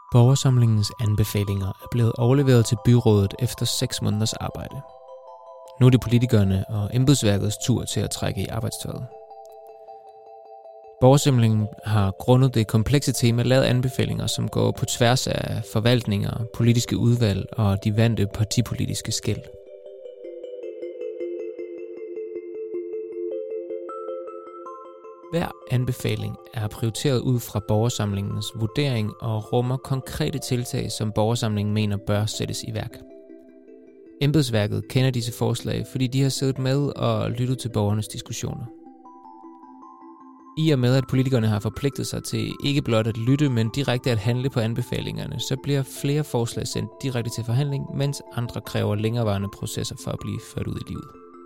Borgersamlingens anbefalinger er blevet overleveret til byrådet efter 6 måneders arbejde. Nu er det politikerne og embedsværkets tur til at trække i arbejdstøjet. Borgersamlingen har grundet det komplekse tema lavet anbefalinger, som går på tværs af forvaltninger, politiske udvalg og de vante partipolitiske skel. Hver anbefaling er prioriteret ud fra borgersamlingens vurdering og rummer konkrete tiltag, som borgersamlingen mener bør sættes i værk. Embedsværket kender disse forslag, fordi de har siddet med og lyttet til borgernes diskussioner. I og med, at politikerne har forpligtet sig til ikke blot at lytte, men direkte at handle på anbefalingerne, så bliver flere forslag sendt direkte til forhandling, mens andre kræver længerevarende processer for at blive ført ud i livet.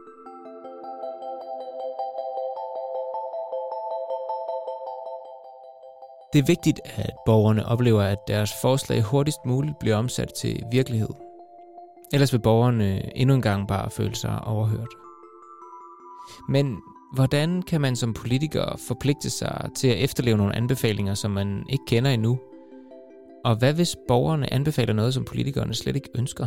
Det er vigtigt, at borgerne oplever, at deres forslag hurtigst muligt bliver omsat til virkelighed. Ellers vil borgerne endnu en gang bare føle sig overhørt. Men hvordan kan man som politiker forpligte sig til at efterleve nogle anbefalinger, som man ikke kender endnu? Og hvad hvis borgerne anbefaler noget, som politikerne slet ikke ønsker?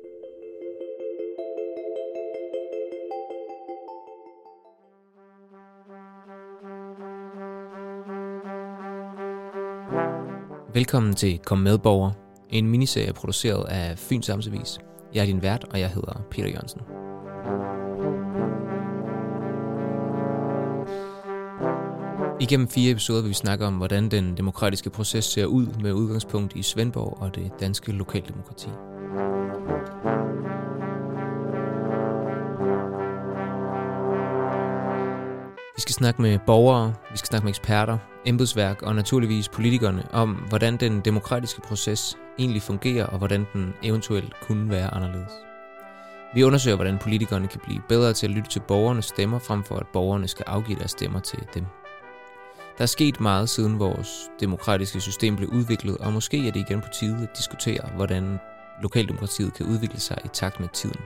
Velkommen til Kom med, borger, en miniserie produceret af Fyns Amtsavis. Jeg er din vært, og jeg hedder Peter Jørgensen. Igennem 4 episoder vil vi snakke om, hvordan den demokratiske proces ser ud med udgangspunkt i Svendborg og det danske lokaldemokrati. Vi skal snakke med borgere, vi skal snakke med eksperter, embedsværk og naturligvis politikerne om, hvordan den demokratiske proces egentlig fungerer og hvordan den eventuelt kunne være anderledes. Vi undersøger, hvordan politikerne kan blive bedre til at lytte til borgernes stemmer, frem for at borgerne skal afgive deres stemmer til dem. Der er sket meget siden vores demokratiske system blev udviklet, og måske er det igen på tide at diskutere, hvordan lokaldemokratiet kan udvikle sig i takt med tiden.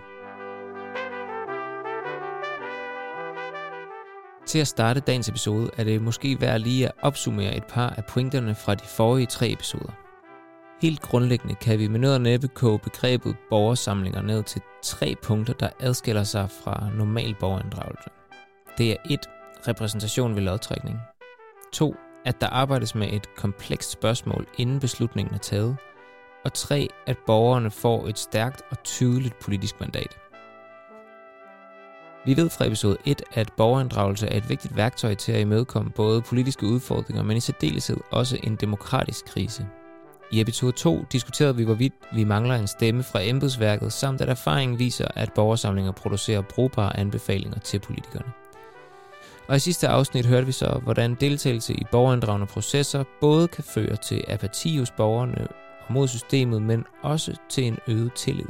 Til at starte dagens episode er det måske værd lige at opsummere et par af pointerne fra de forrige 3 episoder. Helt grundlæggende kan vi med nød og næppe koge begrebet borgersamlinger ned til 3 punkter, der adskiller sig fra normal borgerinddragelse. Det er 1. Repræsentation ved lodtrækning. 2. At der arbejdes med et komplekst spørgsmål, inden beslutningen er taget. Og 3. At borgerne får et stærkt og tydeligt politisk mandat. Vi ved fra episode 1, at borgerinddragelse er et vigtigt værktøj til at imødekomme både politiske udfordringer, men i særdeleshed også en demokratisk krise. I episode 2 diskuterede vi, hvorvidt vi mangler en stemme fra embedsværket, samt at erfaringen viser, at borgersamlinger producerer brugbare anbefalinger til politikerne. Og i sidste afsnit hørte vi så, hvordan deltagelse i borgerinddragende processer både kan føre til apati hos borgerne og mod systemet, men også til en øget tillid.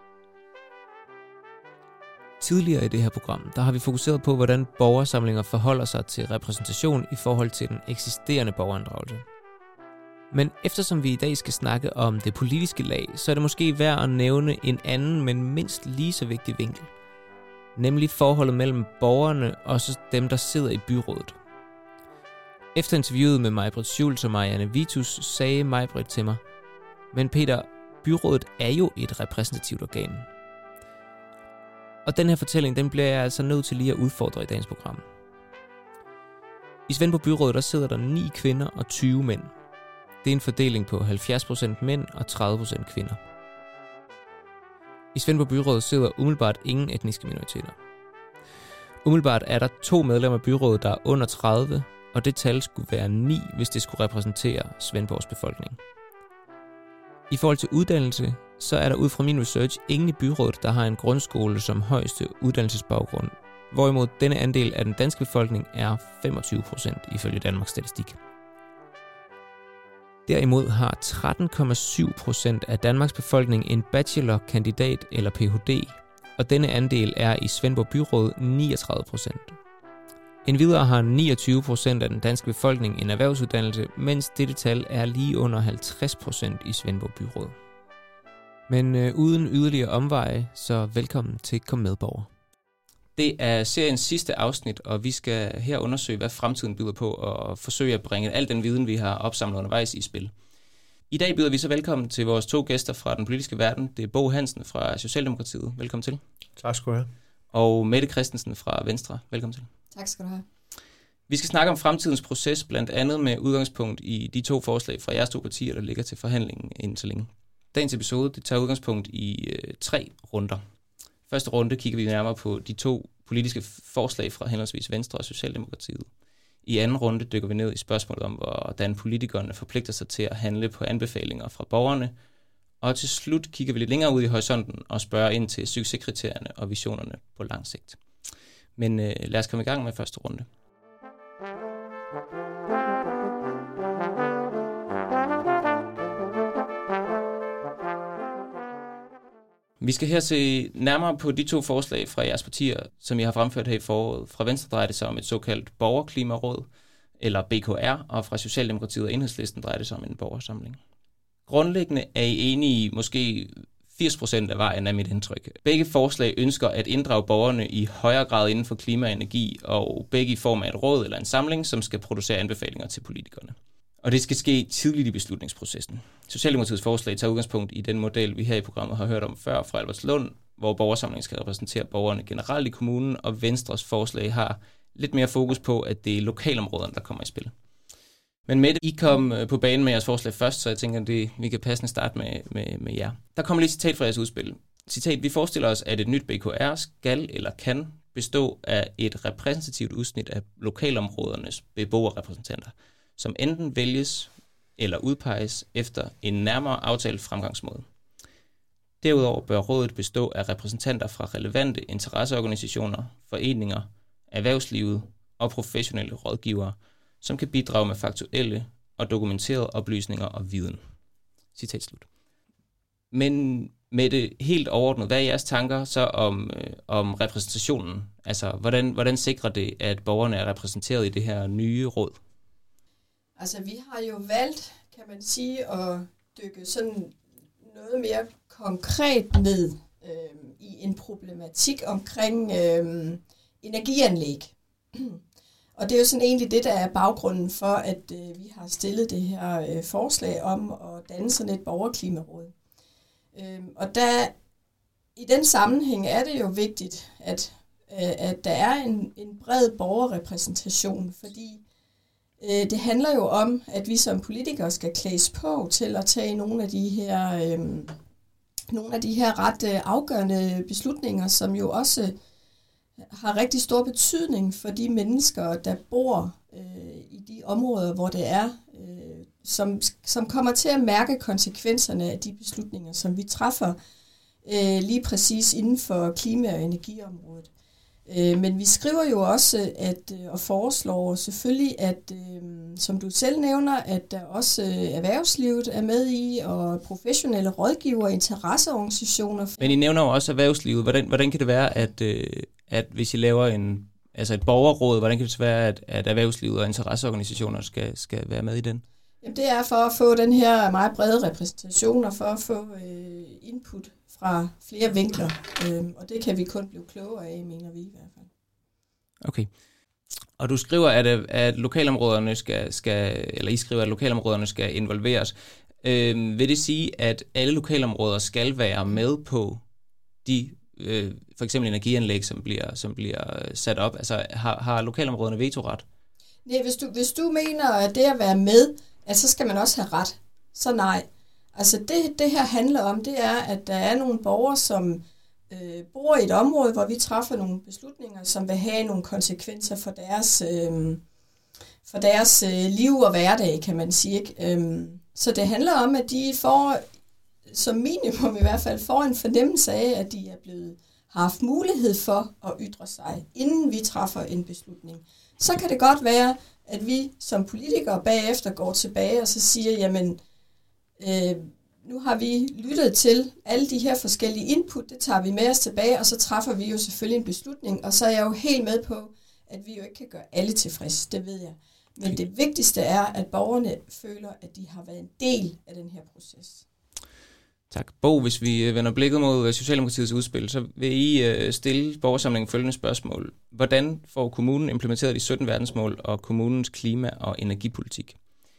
Tidligere i det her program, der har vi fokuseret på, hvordan borgersamlinger forholder sig til repræsentation i forhold til den eksisterende borgerinddragelse. Men eftersom vi i dag skal snakke om det politiske lag, så er det måske værd at nævne en anden, men mindst lige så vigtig vinkel. Nemlig forholdet mellem borgerne og så dem, der sidder i byrådet. Efter interviewet med Maj-Britt Schultz og Marianne Vitus, sagde Maj-Britt til mig: "Men Peter, byrådet er jo et repræsentativt organ." Og den her fortælling, den bliver jeg altså nødt til lige at udfordre i dagens program. I Svendborg Byråd, der sidder der 9 kvinder og 20 mænd. Det er en fordeling på 70% mænd og 30% kvinder. I Svendborg Byråd sidder umiddelbart ingen etniske minoriteter. Umiddelbart er der 2 medlemmer af byrådet, der er under 30, og det tal skulle være 9, hvis det skulle repræsentere Svendborgs befolkning. I forhold til uddannelse, så er der ud fra min research ingen i byrådet, der har en grundskole som højeste uddannelsesbaggrund, hvorimod denne andel af den danske befolkning er 25% ifølge Danmarks Statistik. Derimod har 13,7% af Danmarks befolkning en bachelor, kandidat eller Ph.D., og denne andel er i Svendborg Byråd 39%. Endvidere har 29% af den danske befolkning en erhvervsuddannelse, mens dette tal er lige under 50% i Svendborg Byråd. Men uden yderligere omveje, så velkommen til Kom med, borger. Det er seriens sidste afsnit, og vi skal her undersøge, hvad fremtiden byder på, og forsøge at bringe al den viden, vi har opsamlet undervejs, i spil. I dag byder vi så velkommen til vores 2 gæster fra den politiske verden. Det er Bo Hansen fra Socialdemokratiet. Velkommen til. Tak skal du have. Og Mette Christensen fra Venstre. Velkommen til. Tak skal du have. Vi skal snakke om fremtidens proces, blandt andet med udgangspunkt i de 2 forslag fra jeres 2 partier, der ligger til forhandlingen inden så længe. Dagens episode det tager udgangspunkt i 3 runder. Første runde kigger vi nærmere på de 2 politiske forslag fra henholdsvis Venstre og Socialdemokratiet. I anden runde dykker vi ned i spørgsmålet om, hvordan politikerne forpligter sig til at handle på anbefalinger fra borgerne. Og til slut kigger vi lidt længere ud i horisonten og spørger ind til succeskriterierne og visionerne på lang sigt. Men lad os komme i gang med første runde. Vi skal her se nærmere på de 2 forslag fra jeres partier, som jeg har fremført her i foråret. Fra Venstre drejer det sig om et såkaldt borgerklimaråd, eller BKR, og fra Socialdemokratiet og Enhedslisten drejer det sig om en borgersamling. Grundlæggende er I enige i måske 80% af vejen af mit indtryk. Begge forslag ønsker at inddrage borgerne i højere grad inden for klima og energi, og begge i form af et råd eller en samling, som skal producere anbefalinger til politikerne. Og det skal ske tidligt i beslutningsprocessen. Socialdemokratiets forslag tager udgangspunkt i den model, vi her i programmet har hørt om før fra Albertslund, hvor borgersamlingen skal repræsentere borgerne generelt i kommunen, og Venstres forslag har lidt mere fokus på, at det er lokalområderne, der kommer i spil. Men Mette, I kom på banen med jeres forslag først, så jeg tænker, at vi kan passende starte med jer. Der kommer lige et citat fra jeres udspil. Citat: vi forestiller os, at et nyt BKR skal eller kan bestå af et repræsentativt udsnit af lokalområdernes beboerrepræsentanter, som enten vælges eller udpeges efter en nærmere aftalt fremgangsmåde. Derudover bør rådet bestå af repræsentanter fra relevante interesseorganisationer, foreninger, erhvervslivet og professionelle rådgivere, som kan bidrage med faktuelle og dokumenterede oplysninger og viden. Citat slut. Men med det helt overordnet, hvad er jeres tanker så om repræsentationen? Altså, hvordan sikrer det, at borgerne er repræsenteret i det her nye råd? Altså, vi har jo valgt, kan man sige, at dykke sådan noget mere konkret ned i en problematik omkring energianlæg. Og det er jo sådan egentlig det, der er baggrunden for, at vi har stillet det her forslag om at danne sådan et borgerklimaråd. Og i den sammenhæng er det jo vigtigt, at der er en bred borgerrepræsentation, fordi det handler jo om, at vi som politikere skal klædes på til at tage nogle af de her ret afgørende beslutninger, som jo også har rigtig stor betydning for de mennesker, der bor i de områder, hvor det er, som kommer til at mærke konsekvenserne af de beslutninger, som vi træffer lige præcis inden for klima- og energiområdet. Men vi skriver jo også og foreslår selvfølgelig, at som du selv nævner, at der også erhvervslivet er med i, og professionelle rådgivere, interesseorganisationer. Men I nævner jo også erhvervslivet. Hvordan kan det være, at hvis I laver et borgerråd, hvordan kan det så være, at erhvervslivet og interesseorganisationer skal være med i den? Jamen, det er for at få den her meget brede repræsentation, og for at få input fra flere vinkler. Og det kan vi kun blive klogere af, mener vi i hvert fald. Okay. Og du skriver, at lokalområderne I skriver, at lokalområderne skal involveres. Vil det sige, at alle lokalområder skal være med på de for eksempel energianlæg, som bliver sat op? Altså har lokalområderne vetoret? Nej, hvis du mener, at det at være med, at så skal man også have ret, så nej. Altså det her handler om, det er, at der er nogle borgere, som bor i et område, hvor vi træffer nogle beslutninger, som vil have nogle konsekvenser for deres liv og hverdag, kan man sige. Ikke? Så det handler om, at de får, som minimum i hvert fald, får en fornemmelse af, at de har haft mulighed for at ytre sig, inden vi træffer en beslutning. Så kan det godt være, at vi som politikere bagefter går tilbage og så siger, jamen, nu har vi lyttet til alle de her forskellige input, det tager vi med os tilbage, og så træffer vi jo selvfølgelig en beslutning, og så er jeg jo helt med på, at vi jo ikke kan gøre alle tilfreds, det ved jeg. Men det vigtigste er, at borgerne føler, at de har været en del af den her proces. Tak. Bo, hvis vi vender blikket mod Socialdemokratiets udspil, så vil I stille borgersamlingen følgende spørgsmål. Hvordan får kommunen implementeret de 17 verdensmål og kommunens klima- og energipolitik?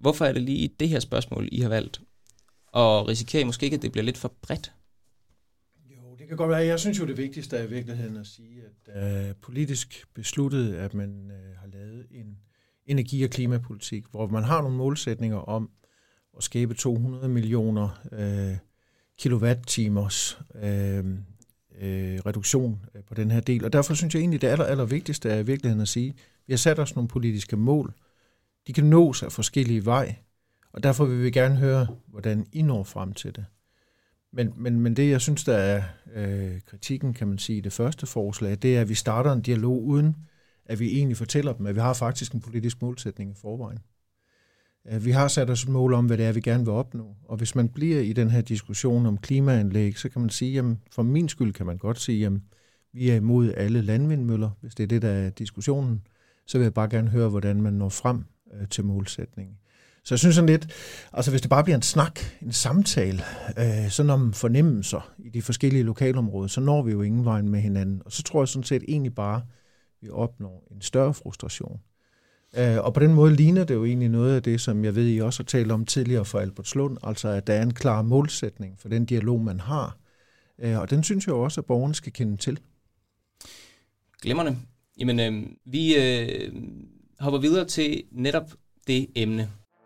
Hvorfor er det lige det her spørgsmål, I har valgt? Og risikerer I måske ikke, at det bliver lidt for bredt? Jo, det kan godt være. Jeg synes jo, det vigtigste er i virkeligheden at sige, at politisk besluttet, at man har lavet en energi- og klimapolitik, hvor man har nogle målsætninger om at skabe 200 millioner kilowatt-timers reduktion på den her del. Og derfor synes jeg egentlig, det aller vigtigste er i virkeligheden at sige, at vi har sat os nogle politiske mål. De kan nås af forskellige vej, og derfor vil vi gerne høre, hvordan I når frem til det. Men det, jeg synes, der er kritikken, kan man sige, i det første forslag, det er, at vi starter en dialog, uden at vi egentlig fortæller dem, at vi har faktisk en politisk målsætning i forvejen. Vi har sat os et mål om, hvad det er, vi gerne vil opnå. Og hvis man bliver i den her diskussion om klimaanlæg, så kan man sige, jamen, for min skyld kan man godt sige, jamen, vi er imod alle landvindmøller. Hvis det er det, der er diskussionen, så vil jeg bare gerne høre, hvordan man når frem til målsætningen. Så jeg synes sådan lidt, altså hvis det bare bliver en snak, en samtale, sådan om fornemmelser i de forskellige lokalområder, så når vi jo ingen vejen med hinanden. Og så tror jeg sådan set egentlig bare, vi opnår en større frustration. Og på den måde ligner det jo egentlig noget af det, som jeg ved, I også har talt om tidligere for Albertslund, altså at der er en klar målsætning for den dialog, man har. Og den synes jeg også, at borgerne skal kende til. Glimrende. Jamen, vi hopper videre til netop det emne.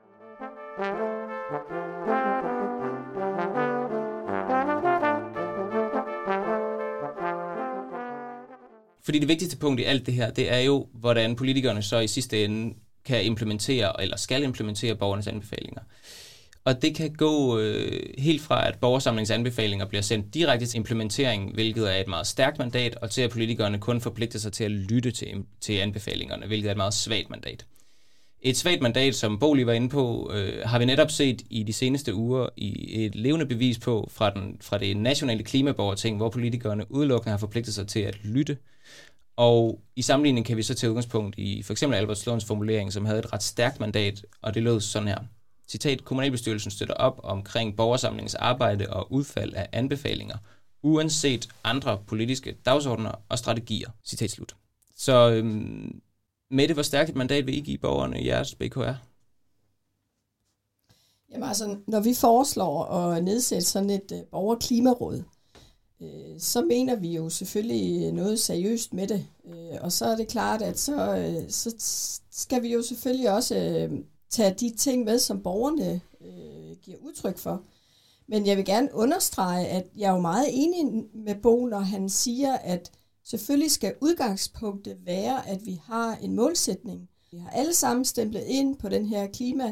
Fordi det vigtigste punkt i alt det her, det er jo, hvordan politikerne så i sidste ende kan implementere, eller skal implementere borgernes anbefalinger. Og det kan gå helt fra, at borgersamlingsanbefalinger bliver sendt direkte til implementering, hvilket er et meget stærkt mandat, og til at politikerne kun forpligter sig til at lytte til anbefalingerne, hvilket er et meget svagt mandat. Et svagt mandat, som Bo lige var inde på, har vi netop set i de seneste uger i et levende bevis på fra det nationale klimaborgerting, hvor politikerne udelukkende har forpligtet sig til at lytte. Og i sammenligning kan vi så tage udgangspunkt i for eksempel Albertslunds formulering, som havde et ret stærkt mandat, og det lød sådan her. Citat, kommunalbestyrelsen støtter op omkring borgersamlingens arbejde og udfald af anbefalinger, uanset andre politiske dagsordner og strategier. Citat slut. Så Mette, hvor stærkt et mandat vil I give borgerne i jeres BKR? Jamen altså, når vi foreslår at nedsætte sådan et borgerklimaråd, så mener vi jo selvfølgelig noget seriøst med det. Og så er det klart, at så skal vi jo selvfølgelig også tage de ting med, som borgerne giver udtryk for. Men jeg vil gerne understrege, at jeg er jo meget enig med Bo, når han siger, at selvfølgelig skal udgangspunktet være, at vi har en målsætning. Vi har alle sammen stemplet ind på den her klima-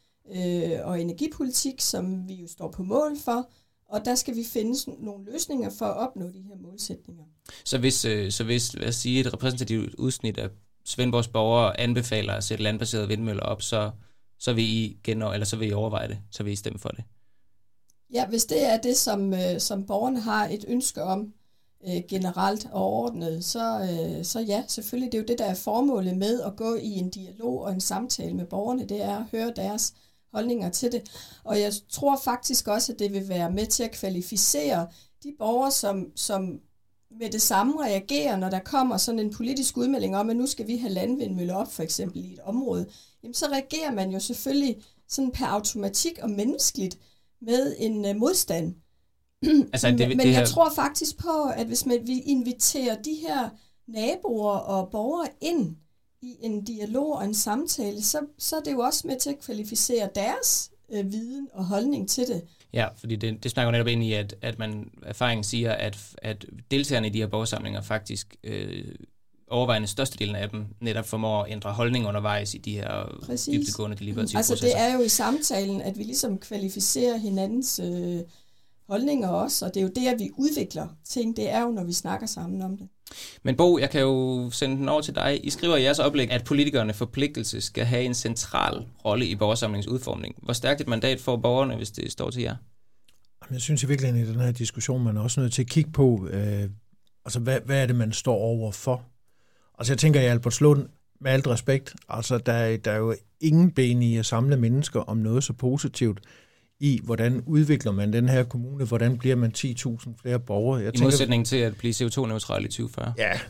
og energipolitik, som vi jo står på mål for, og der skal vi finde nogle løsninger for at opnå de her målsætninger. Så hvis lad os sige, et repræsentativt udsnit af Svendborgs borgere anbefaler at sætte landbaserede vindmøller op, så vil I så vil I overveje det, så vil I stemme for det? Ja, hvis det er det, som borgerne har et ønske om, generelt og overordnet, så ja, selvfølgelig. Det er jo det, der er formålet med at gå i en dialog og en samtale med borgerne, det er at høre deres holdninger til det. Og jeg tror faktisk også, at det vil være med til at kvalificere de borgere, som med det samme reagerer, når der kommer sådan en politisk udmelding om, at nu skal vi have landvindmøller op, for eksempel i et område. Jamen, så reagerer man jo selvfølgelig sådan per automatik og menneskeligt med en modstand. Altså, men jeg tror faktisk på, at hvis vi inviterer de her naboer og borgere ind i en dialog og en samtale, så er det jo også med til at kvalificere deres viden og holdning til det. Ja, fordi det snakker netop ind i, at erfaringen siger, at deltagerne i de her borgersamlinger faktisk overvejende størstedelen af dem netop formår at ændre holdning undervejs i de her dybdegående deliberative processer. Altså det er jo i samtalen, at vi ligesom kvalificerer hinandens holdninger også, og det er jo det, at vi udvikler ting. Det er jo, når vi snakker sammen om det. Men Bo, jeg kan jo sende den over til dig. I skriver i jeres oplæg, at politikerne forpligtelse skal have en central rolle i borgersamlingens udformning. Hvor stærkt et mandat får borgerne, hvis det står til jer? Jeg synes i virkeligheden, i den her diskussion, man er også nødt til at kigge på, altså hvad er det, man står over for? Altså jeg tænker i Albertslund, med alt respekt, altså der er jo ingen ben i at samle mennesker om noget så positivt, i, hvordan udvikler man den her kommune, hvordan bliver man 10.000 flere borgere. I modsætning til at blive CO2-neutral i 2040. Ja,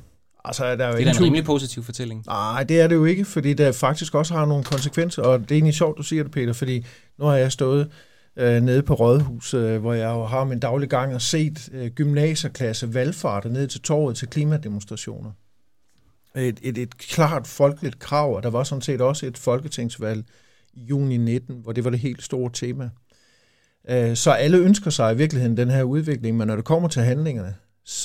Altså, der er jo det er en rimelig positiv fortælling. Nej, det er det jo ikke, fordi det faktisk også har nogle konsekvenser, og det er egentlig sjovt, du siger det, Peter, fordi nu har jeg stået nede på Rådhuset, hvor jeg jo har min daglige gang og set gymnasieklasse valgfarter ned til torvet til klimademonstrationer. Et klart folkeligt krav, og der var sådan set også et folketingsvalg i juni 19, hvor det var det helt store tema. Så alle ønsker sig i virkeligheden den her udvikling, men når det kommer til handlingerne,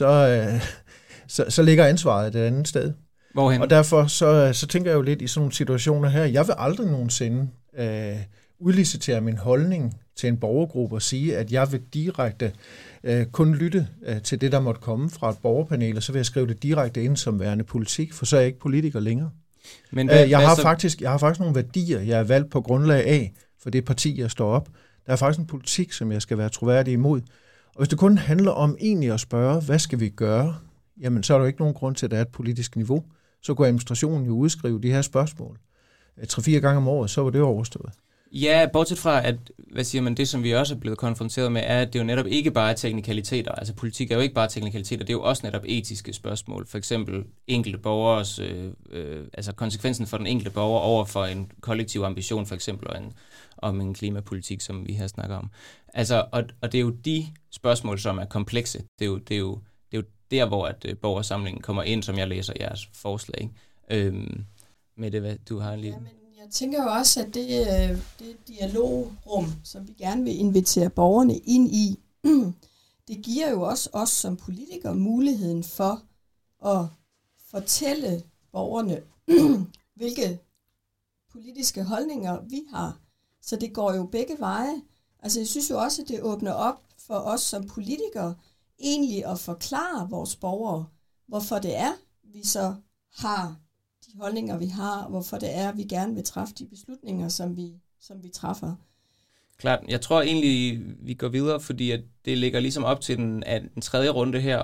så ligger ansvaret et andet sted. Hvorhen? Og derfor så tænker jeg jo lidt i sådan nogle situationer her, jeg vil aldrig nogensinde udlicitere min holdning til en borgergruppe og sige, at jeg vil direkte kun lytte til det, der måtte komme fra et borgerpanel, og så vil jeg skrive det direkte ind som værende politik, for så er jeg ikke politiker længere. Men jeg har faktisk nogle værdier, jeg er valgt på grundlag af, for det parti, jeg står op. Der er faktisk en politik, som jeg skal være troværdig imod. Og hvis det kun handler om egentlig at spørge, hvad skal vi gøre, jamen så er der jo ikke nogen grund til, at der er et politisk niveau. Så kunne administrationen jo udskrive de her spørgsmål 3-4 gange om året, så var det overstået. Ja, bortset fra, at det, som vi også er blevet konfronteret med, er, at det jo netop ikke bare er teknikaliteter. Altså politik er jo ikke bare teknikaliteter, det er jo også netop etiske spørgsmål. For eksempel enkelte borgers, konsekvensen for den enkelte borger over for en kollektiv ambition, for eksempel om en klimapolitik, som vi her snakker om. Altså, og det er jo de spørgsmål, som er komplekse. Det er jo der, hvor at borgersamlingen kommer ind, som jeg læser jeres forslag. Med det, hvad du har lige... Jeg tænker jo også, at det dialogrum, som vi gerne vil invitere borgerne ind i, det giver jo også os som politikere muligheden for at fortælle borgerne, hvilke politiske holdninger vi har. Så det går jo begge veje. Altså jeg synes jo også, at det åbner op for os som politikere egentlig at forklare vores borgere, hvorfor det er, vi så har de holdninger, vi har, og hvorfor det er, vi gerne vil træffe de beslutninger, som vi træffer. Klart. Jeg tror egentlig, vi går videre, fordi at det ligger ligesom op til den tredje runde her.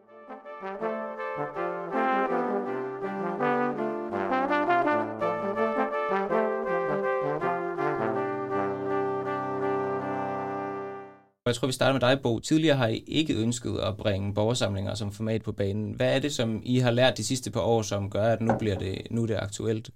Jeg tror, vi starter med dig, Bo. Tidligere har I ikke ønsket at bringe borgersamlinger som format på banen. Hvad er det, som I har lært de sidste par år, som gør, at nu er det aktuelt?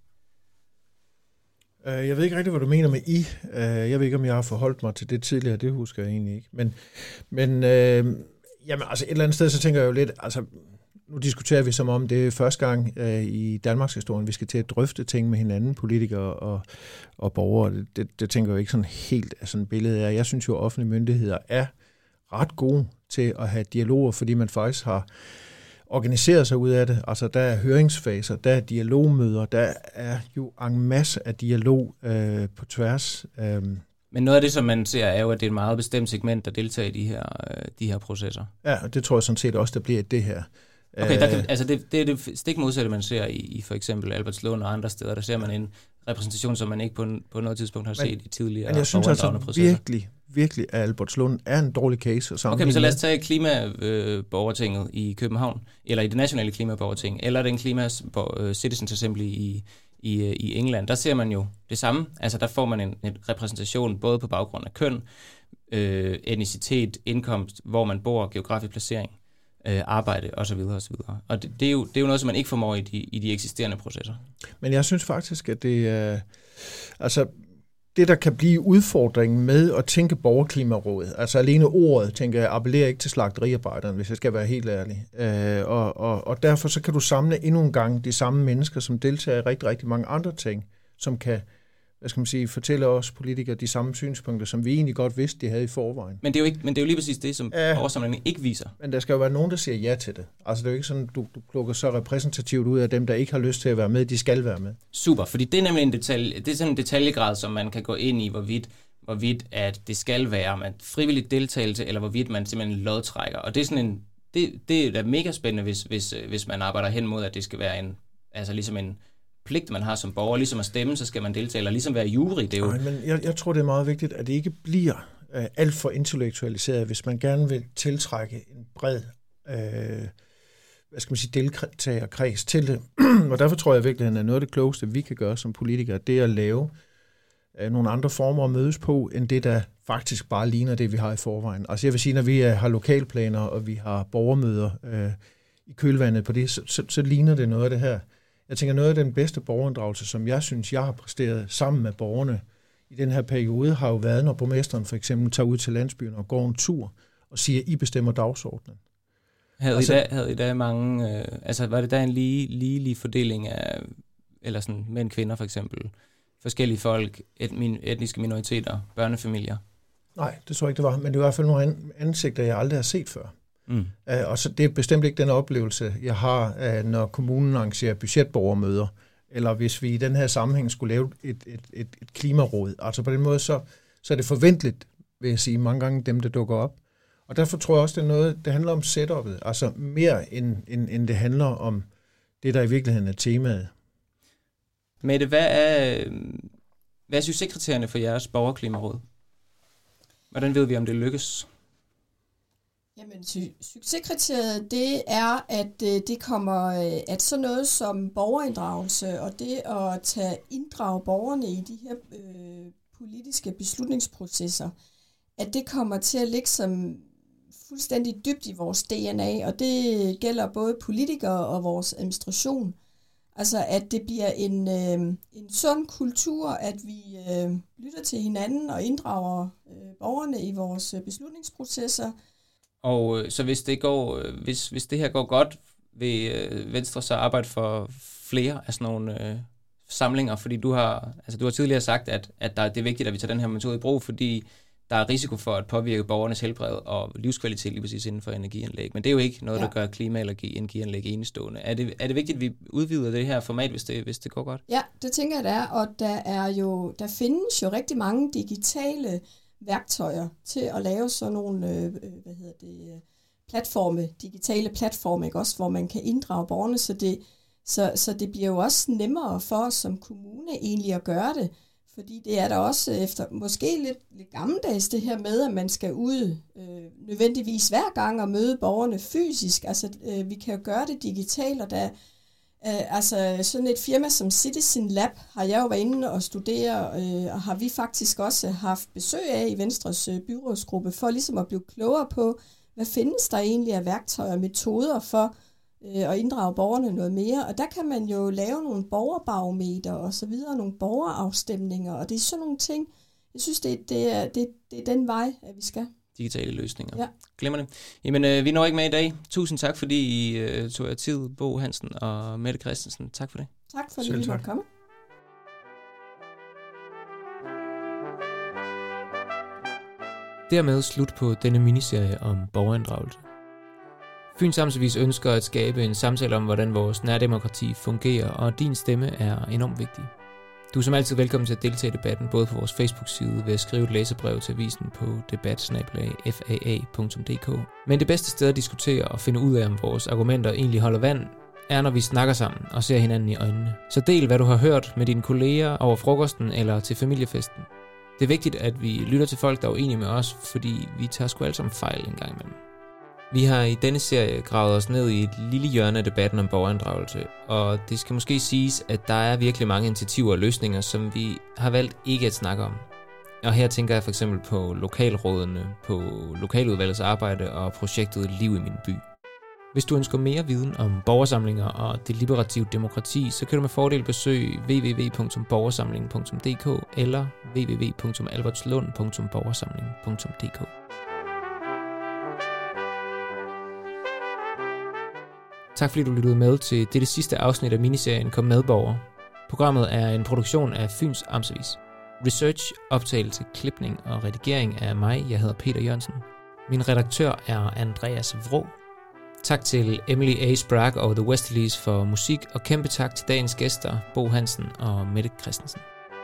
Jeg ved ikke rigtig, hvad du mener med I. Jeg ved ikke, om jeg har forholdt mig til det tidligere. Det husker jeg egentlig ikke. Men et eller andet sted, så tænker jeg jo lidt... Altså, nu diskuterer vi som om det er første gang i Danmarks historie, vi skal til at drøfte ting med hinanden, politikere og borgere. Det tænker jeg jo ikke sådan helt af sådan et billede af. Jeg synes jo, at offentlige myndigheder er ret gode til at have dialoger, fordi man faktisk har organiseret sig ud af det. Altså, der er høringsfaser, der er dialogmøder, der er jo en masse af dialog på tværs. Men noget af det, som man ser, er jo, at det er et meget bestemt segment, der deltager i de her processer. Ja, og det tror jeg sådan set også, der bliver det her. Okay, det er det stik modsatte, man ser i for eksempel Albertslund og andre steder. Der ser man en repræsentation, som man ikke på noget tidspunkt har set i tidligere processer. Men jeg synes altså virkelig, at Albertslund er en dårlig case. Okay, men så lad os tage klimaborgertinget i København, eller i det nationale klimaborgerting, eller den Citizens Assembly i England. Der ser man jo det samme. Altså der får man en repræsentation både på baggrund af køn, etnicitet, indkomst, hvor man bor, geografisk placering, arbejde osv. Og det er jo noget, som man ikke formår i de eksisterende processer. Men jeg synes faktisk, at det er... det, der kan blive udfordringen med at tænke borgerklimarådet, altså alene ordet, tænker jeg, appellerer ikke til slagteriarbejderen, hvis jeg skal være helt ærlig. Og derfor så kan du samle endnu en gang de samme mennesker, som deltager i rigtig, rigtig mange andre ting, som kan, fortælle os politikere de samme synspunkter, som vi egentlig godt vidste, de havde i forvejen. Men det er jo lige præcis det, som borgersamlingen ikke viser. Men der skal jo være nogen, der siger ja til det. Altså det er jo ikke sådan, du plukker så repræsentativt ud af dem, der ikke har lyst til at være med, de skal være med. Super, fordi det er nemlig det er sådan en detaljegrad, som man kan gå ind i, hvorvidt at det skal være med frivilligt deltagelse, eller hvorvidt man simpelthen lodtrækker. Og det er sådan det er da mega spændende, hvis man arbejder hen mod, at det skal være ligesom en pligt, man har som borger, ligesom at stemme, så skal man deltage, eller ligesom være jury. Det er jo... Men jeg tror, det er meget vigtigt, at det ikke bliver alt for intellektualiseret, hvis man gerne vil tiltrække en bred deltagerkreds til det. Og derfor tror jeg virkelig, at noget af det klogeste, vi kan gøre som politikere, det er at lave nogle andre former at mødes på, end det, der faktisk bare ligner det, vi har i forvejen. Altså jeg vil sige, når vi har lokalplaner, og vi har borgermøder i kølvandet på det, så ligner det noget af det her. Jeg tænker, noget af den bedste borgerinddragelse, som jeg synes, jeg har præsteret sammen med borgerne i den her periode, har jo været, når borgmesteren for eksempel tager ud til landsbyen og går en tur og siger, I bestemmer dagsordenen. Havde I da mange, var det da en lige fordeling af, eller sådan mænd, kvinder for eksempel, forskellige folk, etniske minoriteter, børnefamilier? Nej, det tror jeg ikke, det var, men det er i hvert fald nogle ansigter, jeg aldrig har set før. Og så det er bestemt ikke den oplevelse, jeg har, når kommunen arrangerer budgetborgermøder, eller hvis vi i den her sammenhæng skulle lave et klimaråd. Altså på den måde, så er det forventeligt, vil jeg sige, mange gange dem, der dukker op. Og derfor tror jeg også, det er noget, det handler om setupet, altså mere end det handler om det, der i virkeligheden er temaet. Mette, hvad er succeskriterierne for jeres borgerklimaråd? Hvordan ved vi, om det lykkes? Jamen, succeskriteriet, det er, at det kommer, at sådan noget som borgerinddragelse og det at inddrage borgerne i de her politiske beslutningsprocesser, at det kommer til at ligge som fuldstændig dybt i vores DNA, og det gælder både politikere og vores administration. Altså, at det bliver en sund kultur, at vi lytter til hinanden og inddrager borgerne i vores beslutningsprocesser. Og så hvis det her går godt, vil Venstre så arbejde for flere af sådan nogle samlinger, fordi du har tidligere sagt, at det er vigtigt, at vi tager den her metode i brug, fordi der er risiko for at påvirke borgernes helbred og livskvalitet lige præcis inden for energianlæg. Men det er jo ikke noget, der gør energianlæg enestående. Er det vigtigt, at vi udvider det her format, hvis det går godt? Ja, det tænker jeg, det er. Og der findes jo rigtig mange digitale værktøjer til at lave sådan nogle digitale platforme, ikke også, hvor man kan inddrage borgerne, så det bliver jo også nemmere for os som kommune egentlig at gøre det. Fordi det er der også efter måske lidt gammeldags det her med, at man skal ud nødvendigvis hver gang og møde borgerne fysisk. Altså vi kan jo gøre det digitalt, og der sådan et firma som Citizen Lab har jeg jo været inde og studere, og har vi faktisk også haft besøg af i Venstres byrådsgruppe, for ligesom at blive klogere på, hvad findes der egentlig af værktøjer og metoder for at inddrage borgerne noget mere. Og der kan man jo lave nogle borgerbarometer og så videre, nogle borgerafstemninger, og det er sådan nogle ting. Jeg synes, det er den vej, at vi skal. Digitale løsninger. Ja. Glimrende. Jamen, vi når ikke med i dag. Tusind tak, fordi I tog jer tid, Bo Hansen og Mette Christensen. Tak for det. Tak for, at I måtte komme. Dermed slut på denne miniserie om borgerinddragelse. Fyns Amtsavis ønsker at skabe en samtale om, hvordan vores nærdemokrati fungerer, og din stemme er enormt vigtig. Du er som altid velkommen til at deltage i debatten, både på vores Facebook-side ved at skrive et læserbrev til avisen på debat@faa.dk. Men det bedste sted at diskutere og finde ud af, om vores argumenter egentlig holder vand, er når vi snakker sammen og ser hinanden i øjnene. Så del, hvad du har hørt med dine kolleger over frokosten eller til familiefesten. Det er vigtigt, at vi lytter til folk, der er uenige med os, fordi vi tager sgu alle sammen fejl en gang imellem. Vi har i denne serie gravet os ned i et lille hjørne af debatten om borgerinddragelse, og det skal måske siges, at der er virkelig mange initiativer og løsninger, som vi har valgt ikke at snakke om. Og her tænker jeg for eksempel på lokalrådene, på lokaludvalgets arbejde og projektet Liv i min by. Hvis du ønsker mere viden om borgersamlinger og deliberativt demokrati, så kan du med fordel besøge www.borgersamling.dk eller www.albertslund.borgersamling.dk. Tak fordi du lyttede med til dette sidste afsnit af miniserien Kom med, borger. Programmet er en produktion af Fyns Amtsavis. Research, optagelse, klipning og redigering er mig. Jeg hedder Peter Jørgensen. Min redaktør er Andreas Vrå. Tak til Emily A. Sprague og The Westerlies for musik, og kæmpe tak til dagens gæster, Bo Hansen og Mette Christensen.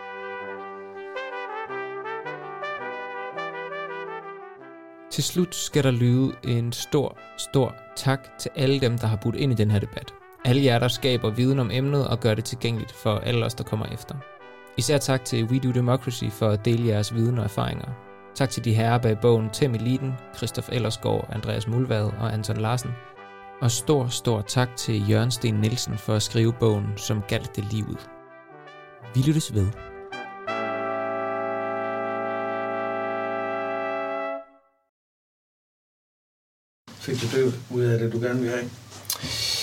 Til slut skal der lyde en stor tak til alle dem, der har budt ind i den her debat. Alle jer, der skaber viden om emnet og gør det tilgængeligt for alle os, der kommer efter. Især tak til We Do Democracy for at dele jeres viden og erfaringer. Tak til de herrer bag bogen Temmie Liden, Christoph Ellersgaard, Andreas Mulvad og Anton Larsen. Og stor tak til Jørgen Sten Nielsen for at skrive bogen, som galt det livet. Vi lyttes ved. Fik du det ud af det, du gerne vil have? det.